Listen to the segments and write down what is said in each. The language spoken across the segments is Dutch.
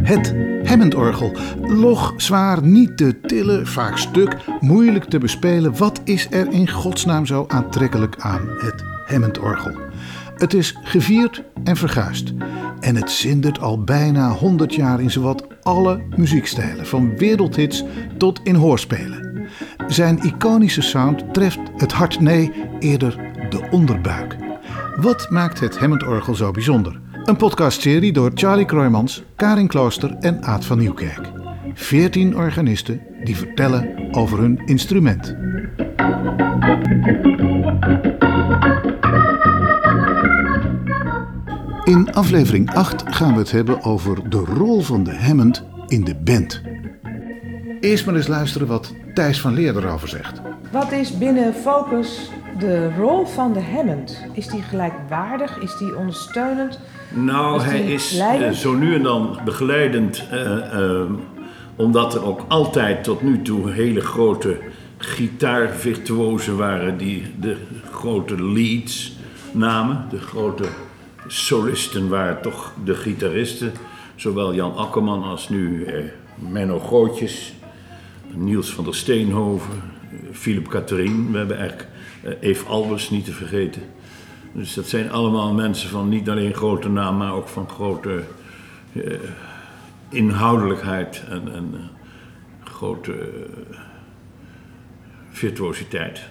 Het Hammondorgel. Log, zwaar, niet te tillen, vaak stuk, moeilijk te bespelen. Wat is er in godsnaam zo aantrekkelijk aan het Hammondorgel? Het is gevierd en verguisd. En het zindert al bijna 100 jaar in zowat alle muziekstijlen, van wereldhits tot in hoorspelen. Zijn iconische sound treft het hart, nee, eerder de onderbuik. Wat maakt het Hammondorgel zo bijzonder? Een podcastserie door Charlie Kroijmans, Karin Klooster en Aad van Nieuwkerk. 14 organisten die vertellen over hun instrument. In aflevering 8 gaan we het hebben over de rol van de Hammond in de band. Eerst maar eens luisteren wat Thijs van Leer erover zegt. Wat is binnen Focus de rol van de Hammond? Is die gelijkwaardig? Is die ondersteunend? Nou, hij is zo nu en dan begeleidend, omdat er ook altijd tot nu toe hele grote gitaarvirtuozen waren die de grote leads namen. De grote solisten waren toch de gitaristen. Zowel Jan Akkerman als nu Menno Gootjes, Niels van der Steenhoven, Philip Catherine. We hebben eigenlijk Eve Albers niet te vergeten. Dus dat zijn allemaal mensen van niet alleen grote naam, maar ook van grote inhoudelijkheid en grote virtuositeit.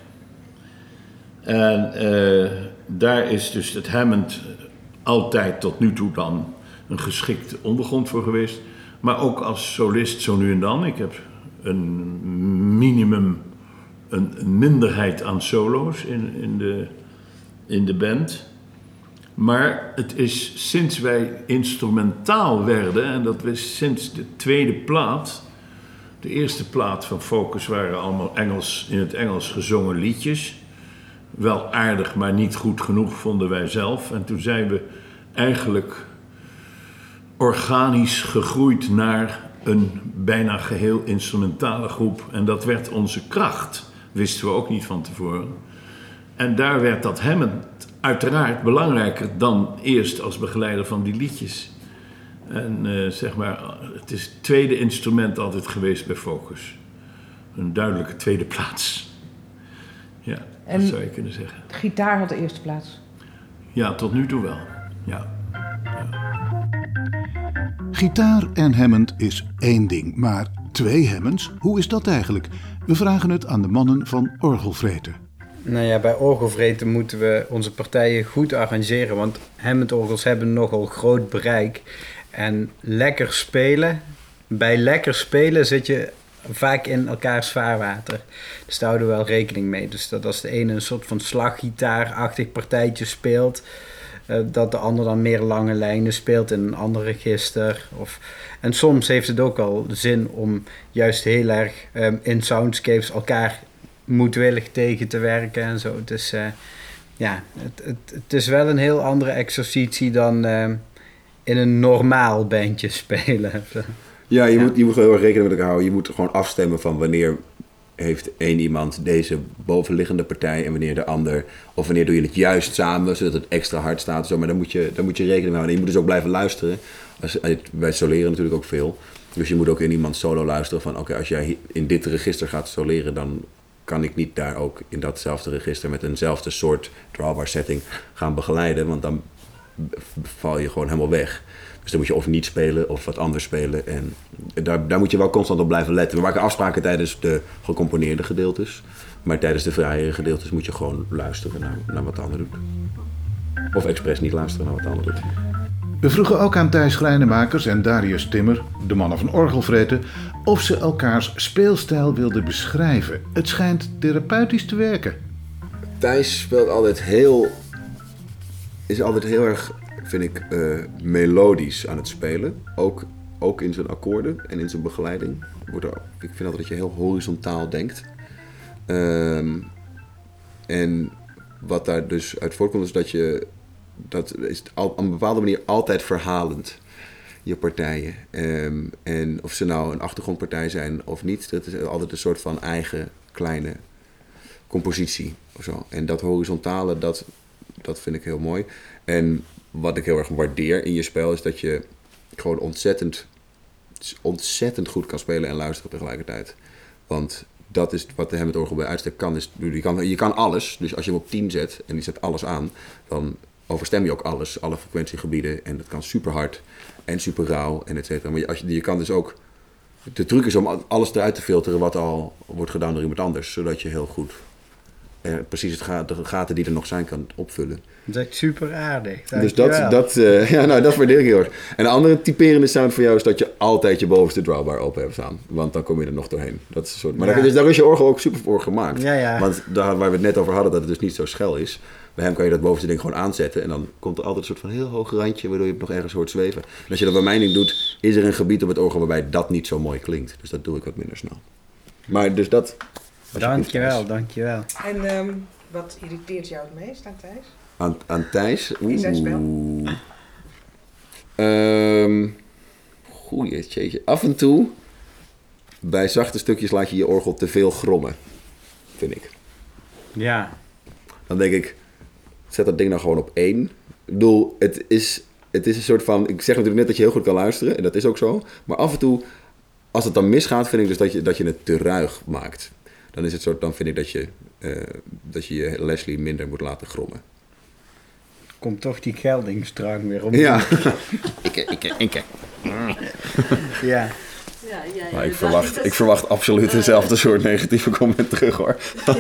En daar is dus het Hammond altijd tot nu toe dan een geschikte ondergrond voor geweest. Maar ook als solist zo nu en dan. Ik heb een minderheid aan solo's in de band. Maar het is sinds wij instrumentaal werden, en dat was sinds de tweede plaat. De eerste plaat van Focus waren allemaal in het Engels gezongen liedjes. Wel aardig, maar niet goed genoeg vonden wij zelf. En toen zijn we eigenlijk organisch gegroeid naar een bijna geheel instrumentale groep. En dat werd onze kracht, wisten we ook niet van tevoren. En daar werd dat Hammond uiteraard belangrijker dan eerst als begeleider van die liedjes. En zeg maar, het is het tweede instrument altijd geweest bij Focus. Een duidelijke tweede plaats. Ja, en dat zou je kunnen zeggen. Gitaar had de eerste plaats? Ja, tot nu toe wel. Ja. Gitaar en Hammond is één ding, maar 2 Hammonds, hoe is dat eigenlijk? We vragen het aan de mannen van Orgelvreten. Nou ja, bij Orgelvreten moeten we onze partijen goed arrangeren, want Hammondorgels hebben nogal groot bereik. En lekker spelen, bij lekker spelen zit je vaak in elkaars vaarwater. Dus daar houden we wel rekening mee. Dus dat als de ene een soort van slaggitaarachtig partijtje speelt, dat de ander dan meer lange lijnen speelt in een ander register. En soms heeft het ook wel zin om juist heel erg in soundscapes elkaar moedwillig tegen te werken en zo. Dus het is wel een heel andere exercitie dan in een normaal bandje spelen. Ja, je moet gewoon heel erg rekening met elkaar houden. Je moet gewoon afstemmen van wanneer heeft één iemand deze bovenliggende partij en wanneer de ander, of wanneer doe je het juist samen, zodat het extra hard staat. Zo. Maar dan moet je rekening mee houden. En je moet dus ook blijven luisteren. Wij soleren natuurlijk ook veel. Dus je moet ook in iemand solo luisteren van oké, als jij in dit register gaat soleren, dan kan ik niet daar ook in datzelfde register met eenzelfde soort drawbar setting gaan begeleiden, want dan val je gewoon helemaal weg. Dus dan moet je of niet spelen of wat anders spelen. En daar moet je wel constant op blijven letten. We maken afspraken tijdens de gecomponeerde gedeeltes. Maar tijdens de vrijere gedeeltes moet je gewoon luisteren naar wat de ander doet. Of expres niet luisteren naar wat de ander doet. We vroegen ook aan Thijs Grijnemakers en Darius Timmer, de mannen van Orgelvreten, of ze elkaars speelstijl wilden beschrijven. Het schijnt therapeutisch te werken. Thijs is altijd heel erg, vind ik, melodisch aan het spelen. Ook in zijn akkoorden en in zijn begeleiding. Ik vind altijd dat je heel horizontaal denkt. En wat daar dus uit voortkomt is dat is op een bepaalde manier altijd verhalend, je partijen. En of ze nou een achtergrondpartij zijn of niet, dat is altijd een soort van eigen kleine compositie of zo. En dat horizontale, dat vind ik heel mooi. En wat ik heel erg waardeer in je spel is dat je gewoon ontzettend ontzettend goed kan spelen en luisteren tegelijkertijd. Want dat is wat de Hammond-orgel bij uitstek kan. Je kan alles, dus als je hem op 10 zet en die zet alles aan, dan overstem je ook alles, alle frequentiegebieden. En dat kan super hard en super rauw en et cetera. Maar je kan dus ook... De truc is om alles eruit te filteren wat al wordt gedaan door iemand anders. Zodat je heel goed precies de gaten die er nog zijn kan opvullen. Dat is echt super aardig. Dus dat waardeer ik heel erg. En een andere typerende sound voor jou is dat je altijd je bovenste drawbar open hebt staan. Want dan kom je er nog doorheen. Dat is een soort, maar daar is je orgel ook super voor gemaakt. Ja. Want daar waar we het net over hadden, dat het dus niet zo schel is. Bij hem kan je dat bovenste ding gewoon aanzetten. En dan komt er altijd een soort van heel hoog randje, waardoor je het nog ergens hoort zweven. En als je dat bij mijn ding doet, is er een gebied op het orgel waarbij dat niet zo mooi klinkt. Dus dat doe ik wat minder snel. Maar dus dat... Dankjewel. En wat irriteert jou het meest aan Thijs? Aan Thijs? In zijn spel? Goeie, jeetje. Af en toe, bij zachte stukjes laat je je orgel te veel grommen. Vind ik. Ja. Dan denk ik, zet dat ding nou gewoon op 1. Ik bedoel, het is een soort van... Ik zeg natuurlijk net dat je heel goed kan luisteren. En dat is ook zo. Maar af en toe, als het dan misgaat, vind ik dus dat je het te ruig maakt. Dan vind ik dat je Leslie minder moet laten grommen. Komt toch die geldingsdrang weer om. Ja. Ik. Ja. Maar ik verwacht absoluut dezelfde soort negatieve comment terug, hoor.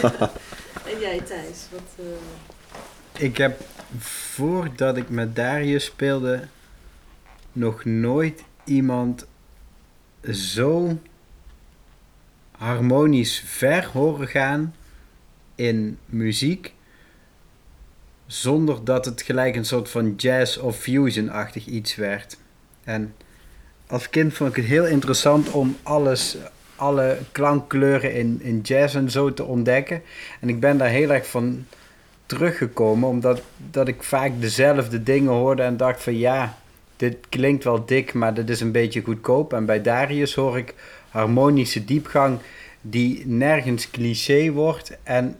En jij, Thijs? Ik heb, voordat ik met Darius speelde, nog nooit iemand zo harmonisch ver horen gaan in muziek, zonder dat het gelijk een soort van jazz of fusion-achtig iets werd. En als kind vond ik het heel interessant om alle klankkleuren in jazz en zo te ontdekken. En ik ben daar heel erg van teruggekomen, omdat ik vaak dezelfde dingen hoorde en dacht van ja, dit klinkt wel dik, maar dit is een beetje goedkoop. En bij Darius hoor ik harmonische diepgang die nergens cliché wordt en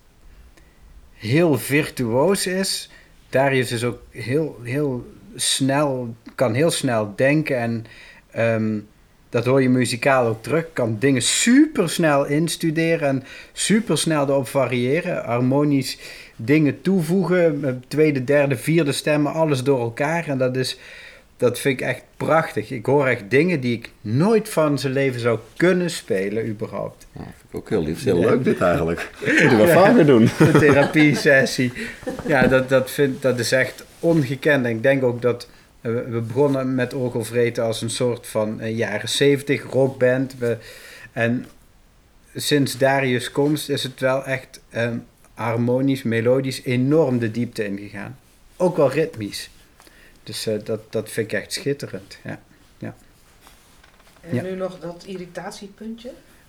heel virtuoos is. Darius is ook heel snel, kan heel snel denken en dat hoor je muzikaal ook terug. Kan dingen super snel instuderen en super snel erop variëren. Harmonisch dingen toevoegen, tweede, derde, vierde stemmen, alles door elkaar. En dat vind ik echt prachtig. Ik hoor echt dingen die ik nooit van zijn leven zou kunnen spelen, überhaupt. Ja, vind ik ook heel lief. Heel leuk dit eigenlijk. Moeten we vaker doen. Een therapiesessie. Ja, dat is echt ongekend. En ik denk ook dat we begonnen met Orgelvreten als een soort van jaren 70 rockband. En sinds Darius' komst is het wel echt harmonisch, melodisch, enorm de diepte ingegaan. Ook wel ritmisch. Dus dat vind ik echt schitterend. Ja. En nu nog dat irritatiepuntje?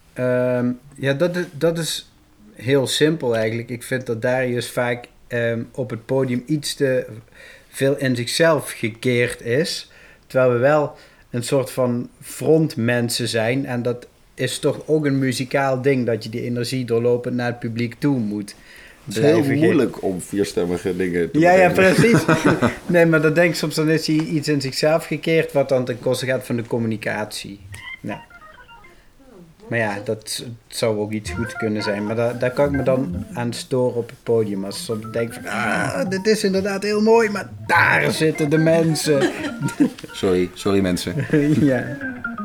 Dat is heel simpel eigenlijk. Ik vind dat Darius vaak op het podium iets te veel in zichzelf gekeerd is. Terwijl we wel een soort van frontmensen zijn. En dat is toch ook een muzikaal ding, dat je die energie doorlopend naar het publiek toe moet. Het is heel moeilijk om vierstemmige dingen te Ja, precies. Nee, maar dat denk ik soms, dan is hij iets in zichzelf gekeerd, wat dan ten koste gaat van de communicatie. Nou. Maar ja, dat zou ook iets goed kunnen zijn. Maar daar kan ik me dan aan storen op het podium. Als ik soms denk van, dit is inderdaad heel mooi, maar daar zitten de mensen. Sorry mensen. Ja.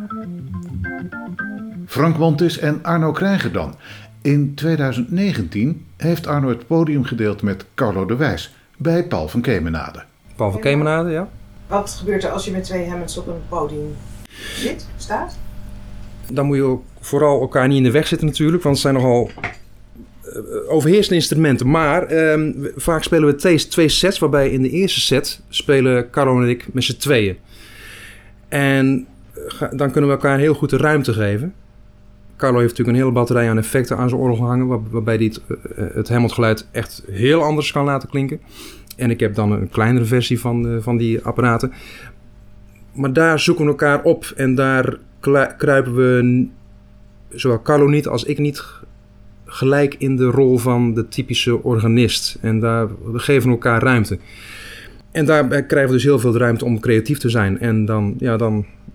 Frank Montis en Arno Krijger dan. In 2019 heeft Arno het podium gedeeld met Carlo de Wijs bij Paul van Kemenade. Paul van Kemenade, ja. Wat gebeurt er als je met twee Hammonds op een podium staat? Dan moet je ook vooral elkaar niet in de weg zitten natuurlijk, want het zijn nogal overheersende instrumenten. Maar vaak spelen we twee sets, waarbij in de eerste set spelen Carlo en ik met z'n tweeën. En dan kunnen we elkaar heel goed de ruimte geven. Carlo heeft natuurlijk een hele batterij aan effecten aan zijn orgel hangen, waarbij hij het Hammond-geluid echt heel anders kan laten klinken. En ik heb dan een kleinere versie van die apparaten. Maar daar zoeken we elkaar op en daar kruipen we, zowel Carlo niet als ik niet, gelijk in de rol van de typische organist. En we geven elkaar ruimte. En daarbij krijgen we dus heel veel ruimte om creatief te zijn. En dan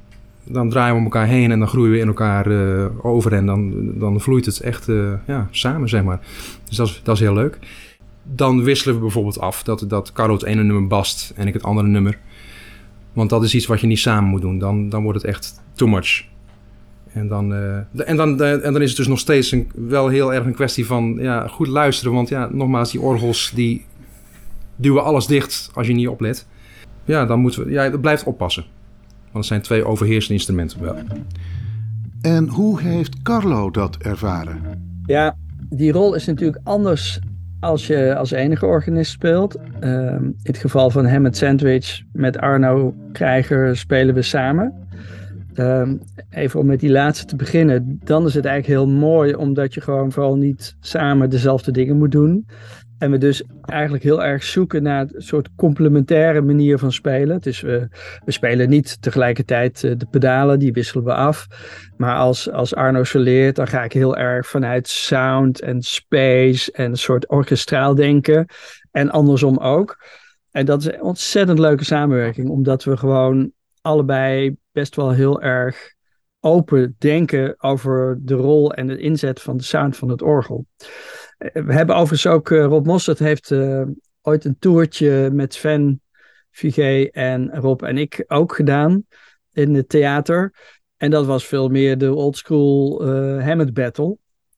dan draaien we om elkaar heen en dan groeien we in elkaar over. En dan vloeit het echt samen, zeg maar. Dus dat is heel leuk. Dan wisselen we bijvoorbeeld af dat Carlo het ene nummer bast en ik het andere nummer. Want dat is iets wat je niet samen moet doen. Dan wordt het echt too much. En dan is het dus nog steeds wel heel erg een kwestie van goed luisteren. Want nogmaals, die orgels die duwen alles dicht als je niet oplet. Ja, dan moeten we... het blijft oppassen. Want het zijn 2 overheersende instrumenten wel. En hoe heeft Carlo dat ervaren? Ja, die rol is natuurlijk anders als je als enige organist speelt. In het geval van Hammond Sandwich met Arno Krijger spelen we samen. Even om met die laatste te beginnen. Dan is het eigenlijk heel mooi omdat je gewoon vooral niet samen dezelfde dingen moet doen. En we dus eigenlijk heel erg zoeken naar een soort complementaire manier van spelen. Dus we spelen niet tegelijkertijd de pedalen, die wisselen we af. Maar als Arno soleert, dan ga ik heel erg vanuit sound en space en een soort orkestraal denken. En andersom ook. En dat is een ontzettend leuke samenwerking, omdat we gewoon allebei best wel heel erg open denken over de rol en de inzet van de sound van het orgel. We hebben overigens ook, Rob Mostert heeft ooit een toertje met Sven Fugé en Rob en ik ook gedaan in het theater. En dat was veel meer de oldschool Hammond battle.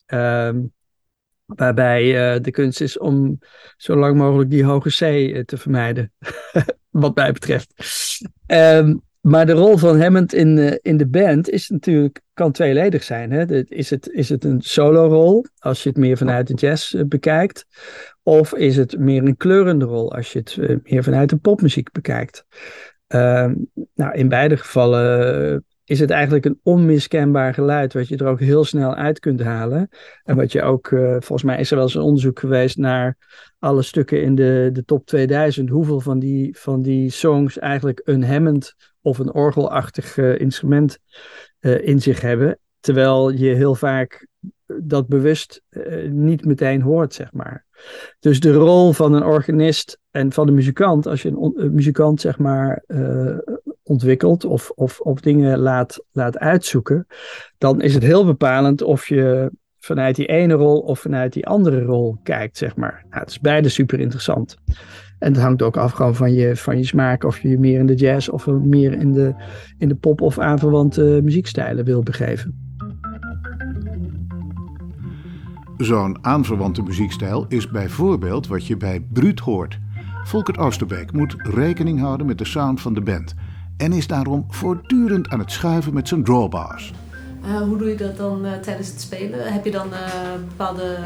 Waarbij de kunst is om zo lang mogelijk die hoge C te vermijden. Wat mij betreft. Maar de rol van Hammond in de band is natuurlijk, kan tweeledig zijn. Hè? Is het een solo-rol, als je het meer vanuit de jazz bekijkt? Of is het meer een kleurende rol, als je het meer vanuit de popmuziek bekijkt? In beide gevallen is het eigenlijk een onmiskenbaar geluid, wat je er ook heel snel uit kunt halen. En wat je ook, volgens mij is er wel eens een onderzoek geweest naar alle stukken in de top 2000. Hoeveel van die songs eigenlijk een Hammond of een orgelachtig instrument in zich hebben. Terwijl je heel vaak dat bewust niet meteen hoort, zeg maar. Dus de rol van een organist en van de muzikant, als je een muzikant, zeg maar, ontwikkelt of dingen laat uitzoeken, dan is het heel bepalend of je vanuit die ene rol of vanuit die andere rol kijkt, zeg maar. Het is beide super interessant. En het hangt ook af gewoon van je smaak, of je meer in de jazz of meer in de pop of aanverwante muziekstijlen wil begeven. Zo'n aanverwante muziekstijl is bijvoorbeeld wat je bij Brut hoort. Volkert Oosterbeek moet rekening houden met de sound van de band en is daarom voortdurend aan het schuiven met zijn drawbars. Hoe doe je dat dan tijdens het spelen? Heb je dan bepaalde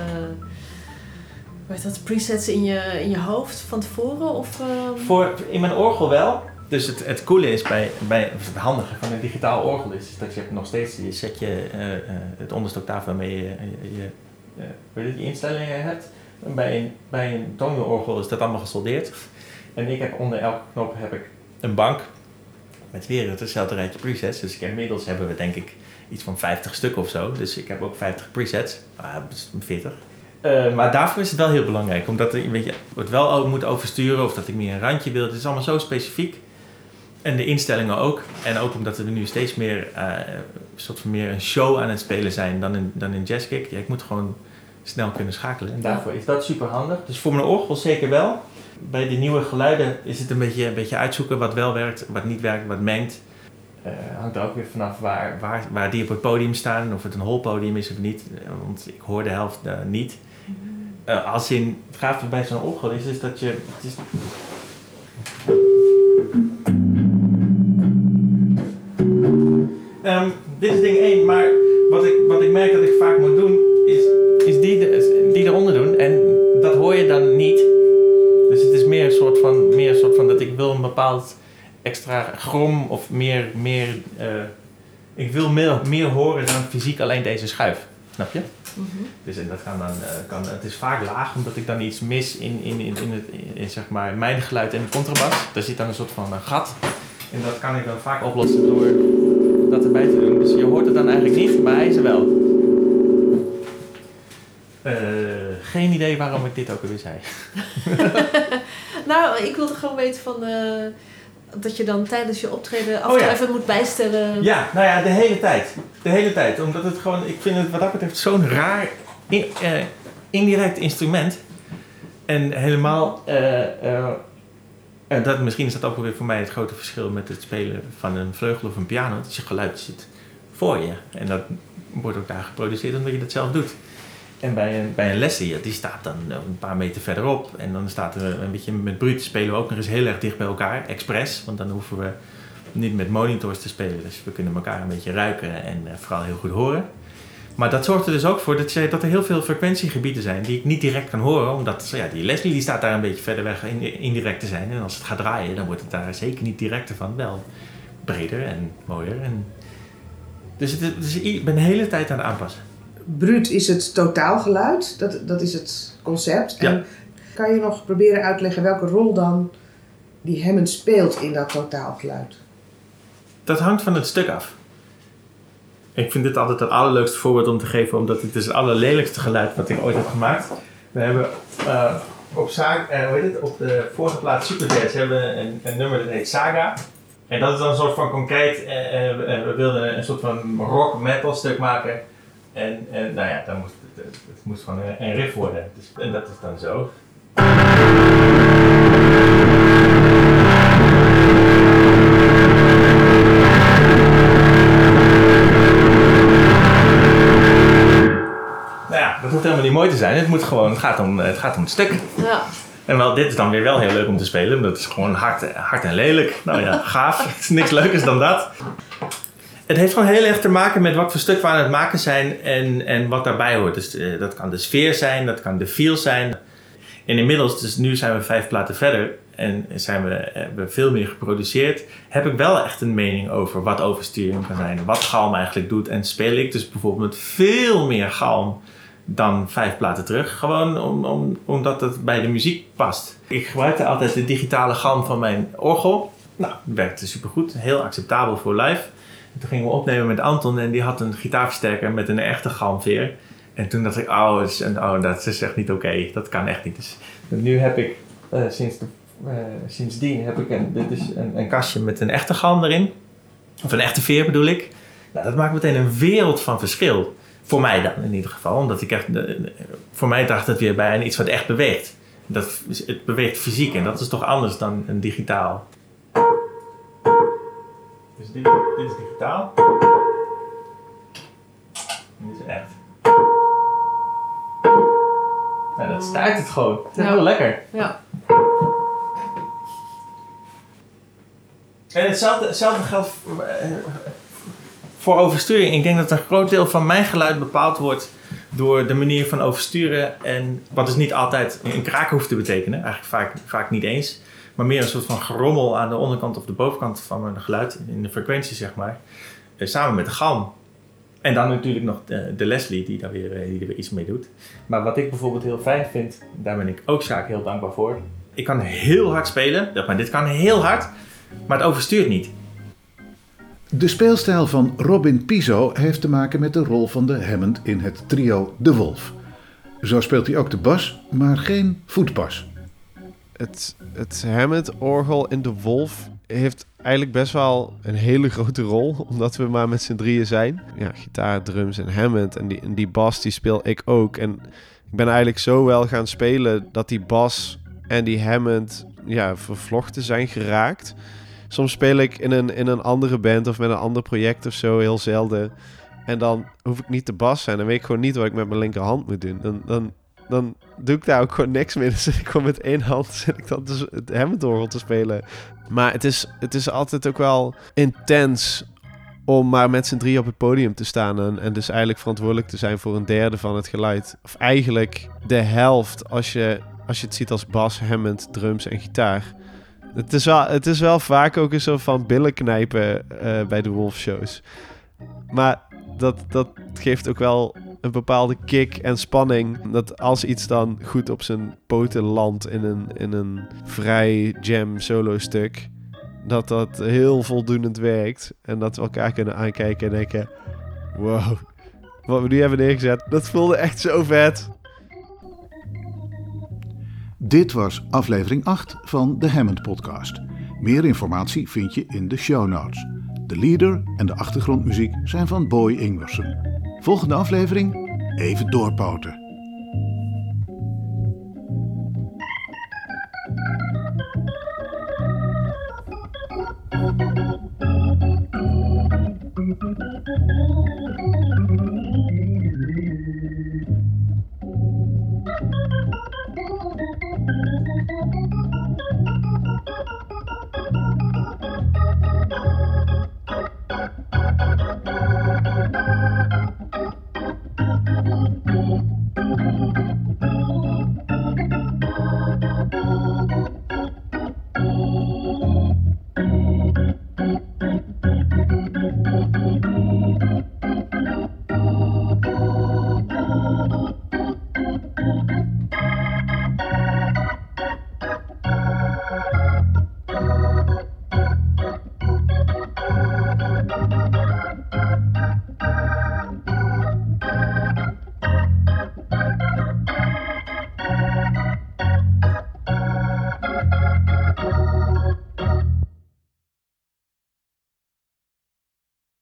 presets in je hoofd van tevoren? Of, In mijn orgel wel. Dus het coole is het handige van een digitaal orgel is dat je nog steeds je setje, het onderste octaaf waarmee je instellingen hebt. Bij een toonorgel is dat allemaal gesoldeerd. En ik heb onder elke knop een bank met weer hetzelfde rijtje presets. Dus inmiddels hebben we denk ik iets van 50 stukken of zo. Dus ik heb ook 50 presets. 40. Maar daarvoor is het wel heel belangrijk. Omdat je het wel ook moet oversturen of dat ik meer een randje wil. Het is allemaal zo specifiek. En de instellingen ook. En ook omdat we nu steeds meer meer een show aan het spelen zijn dan een jazzgig. Ja, ik moet gewoon snel kunnen schakelen. En daarvoor is dat super handig. Dus voor mijn orgel zeker wel. Bij de nieuwe geluiden is het een beetje uitzoeken wat wel werkt, wat niet werkt, wat mengt. Hangt er ook weer vanaf waar die op het podium staan. Of het een holpodium is of niet. Want ik hoor de helft niet. Het gaaf bij zo'n orgel is dat je... Dit is ding 1, maar wat ik merk dat ik vaak moet doen, is die eronder doen. En dat hoor je dan niet. Dus het is meer een soort van dat ik wil een bepaald extra grom of meer ik wil meer horen dan fysiek alleen deze schuif. Snap je? Mm-hmm. Dus en dat het is vaak laag, omdat ik dan iets mis in zeg maar mijn geluid en de contrabas. Daar zit dan een soort van een gat. En dat kan ik dan vaak oplossen door dat erbij te doen. Dus je hoort het dan eigenlijk niet, maar hij is er wel. Geen idee waarom ik dit ook alweer zei. Nou, ik wilde gewoon weten van... Dat je dan tijdens je optreden af en toe even moet bijstellen. Ja, nou ja, de hele tijd. De hele tijd. Omdat het gewoon, ik vind het wat dat betreft zo'n raar indirect instrument. En helemaal, misschien is dat ook weer voor mij het grote verschil met het spelen van een vleugel of een piano. Dat je geluid zit voor je. En dat wordt ook daar geproduceerd omdat je dat zelf doet. En bij een Leslie, die staat dan een paar meter verderop. En dan staat er een beetje met Brut spelen we ook nog eens heel erg dicht bij elkaar. Expres, want dan hoeven we niet met monitors te spelen. Dus we kunnen elkaar een beetje ruiken en vooral heel goed horen. Maar dat zorgt er dus ook voor dat er heel veel frequentiegebieden zijn die ik niet direct kan horen. Omdat die Leslie die staat daar een beetje verder weg indirect te zijn. En als het gaat draaien, dan wordt het daar zeker niet directer van. Wel breder en mooier. Dus ik ben de hele tijd aan het aanpassen. Brut is het totaalgeluid, dat is het concept. Ja. En kan je nog proberen uit te leggen welke rol dan die Hammond speelt in dat totaalgeluid? Dat hangt van het stuk af. Ik vind dit altijd het allerleukste voorbeeld om te geven, omdat het is het allerlelijkste geluid wat ik ooit heb gemaakt. We hebben op de vorige plaat Superjazz hebben we een nummer dat heet Saga. En dat is dan een soort van concreet, we wilden een soort van rock metal stuk maken. En nou ja, dan het moest gewoon een riff worden. Dus, en dat is dan zo. Nou ja, dat hoeft helemaal niet mooi te zijn. Het gaat om het stuk. Ja. En wel, dit is dan weer wel heel leuk om te spelen. Omdat het is gewoon hard en lelijk. Nou ja, gaaf. Het is niks leukers dan dat. Het heeft gewoon heel erg te maken met wat voor stuk we aan het maken zijn en wat daarbij hoort. Dus dat kan de sfeer zijn, dat kan de feel zijn. En inmiddels, dus nu zijn we 5 platen verder en hebben we veel meer geproduceerd. Heb ik wel echt een mening over wat oversturing kan zijn, wat galm eigenlijk doet. En speel ik dus bijvoorbeeld met veel meer galm dan 5 platen terug. Gewoon omdat het bij de muziek past. Ik gebruikte altijd de digitale galm van mijn orgel. Nou, dat werkte supergoed. Heel acceptabel voor live. En toen gingen we opnemen met Anton en die had een gitaarversterker met een echte galmveer. En toen dacht ik, dat is echt niet oké. Dat kan echt niet. Dus nu heb ik, sindsdien heb ik een kastje met een echte galm erin. Of een echte veer bedoel ik. Nou, dat maakt meteen een wereld van verschil. Voor mij dan in ieder geval. Omdat ik echt, voor mij draagt het weer bij aan iets wat echt beweegt. Het beweegt fysiek en dat is toch anders dan een digitaal. Dus dit is digitaal. En dit is echt. Nou, dat stuit het gewoon. Het is heel lekker. Ja. En hetzelfde geldt voor oversturing. Ik denk dat een groot deel van mijn geluid bepaald wordt door de manier van oversturen. En wat dus niet altijd een kraak hoeft te betekenen. Eigenlijk vaak niet eens. Maar meer een soort van gerommel aan de onderkant of de bovenkant van mijn geluid. In de frequentie, zeg maar. Samen met de galm. En dan natuurlijk nog de Leslie die er weer iets mee doet. Maar wat ik bijvoorbeeld heel fijn vind, daar ben ik ook Sjaak heel dankbaar voor. Ik kan heel hard spelen, maar dit kan heel hard, maar het overstuurt niet. De speelstijl van Robin Piso heeft te maken met de rol van de Hammond in het trio De Wolf. Zo speelt hij ook de bas, maar geen voetbas. Het Hammond-orgel in De Wolf heeft eigenlijk best wel een hele grote rol, omdat we maar met z'n drieën zijn. Ja, gitaar, drums en Hammond en die bas die speel ik ook. En ik ben eigenlijk zo wel gaan spelen dat die bas en die Hammond vervlochten zijn geraakt. Soms speel ik in een andere band of met een ander project of zo, heel zelden. En dan hoef ik niet te bassen en dan weet ik gewoon niet wat ik met mijn linkerhand moet doen. Dan doe ik daar ook gewoon niks mee. Dan zit ik gewoon met één hand dus het Hammond-orgel te spelen. Maar het is altijd ook wel intens om maar met z'n drie op het podium te staan. En dus eigenlijk verantwoordelijk te zijn voor een derde van het geluid. Of eigenlijk de helft als je het ziet als bas, Hammond, drums en gitaar. Het is wel vaak ook een soort van billen knijpen bij de Wolf shows. Maar dat geeft ook wel een bepaalde kick en spanning. Dat als iets dan goed op zijn poten landt in een vrij jam solo stuk, dat heel voldoenend werkt. En dat we elkaar kunnen aankijken en denken, wow, wat we nu hebben neergezet, dat voelde echt zo vet. Dit was aflevering 8 van de Hammond Podcast. Meer informatie vind je in de show notes. De leader en de achtergrondmuziek zijn van Boy Ingwersen. Volgende aflevering, even doorpoten.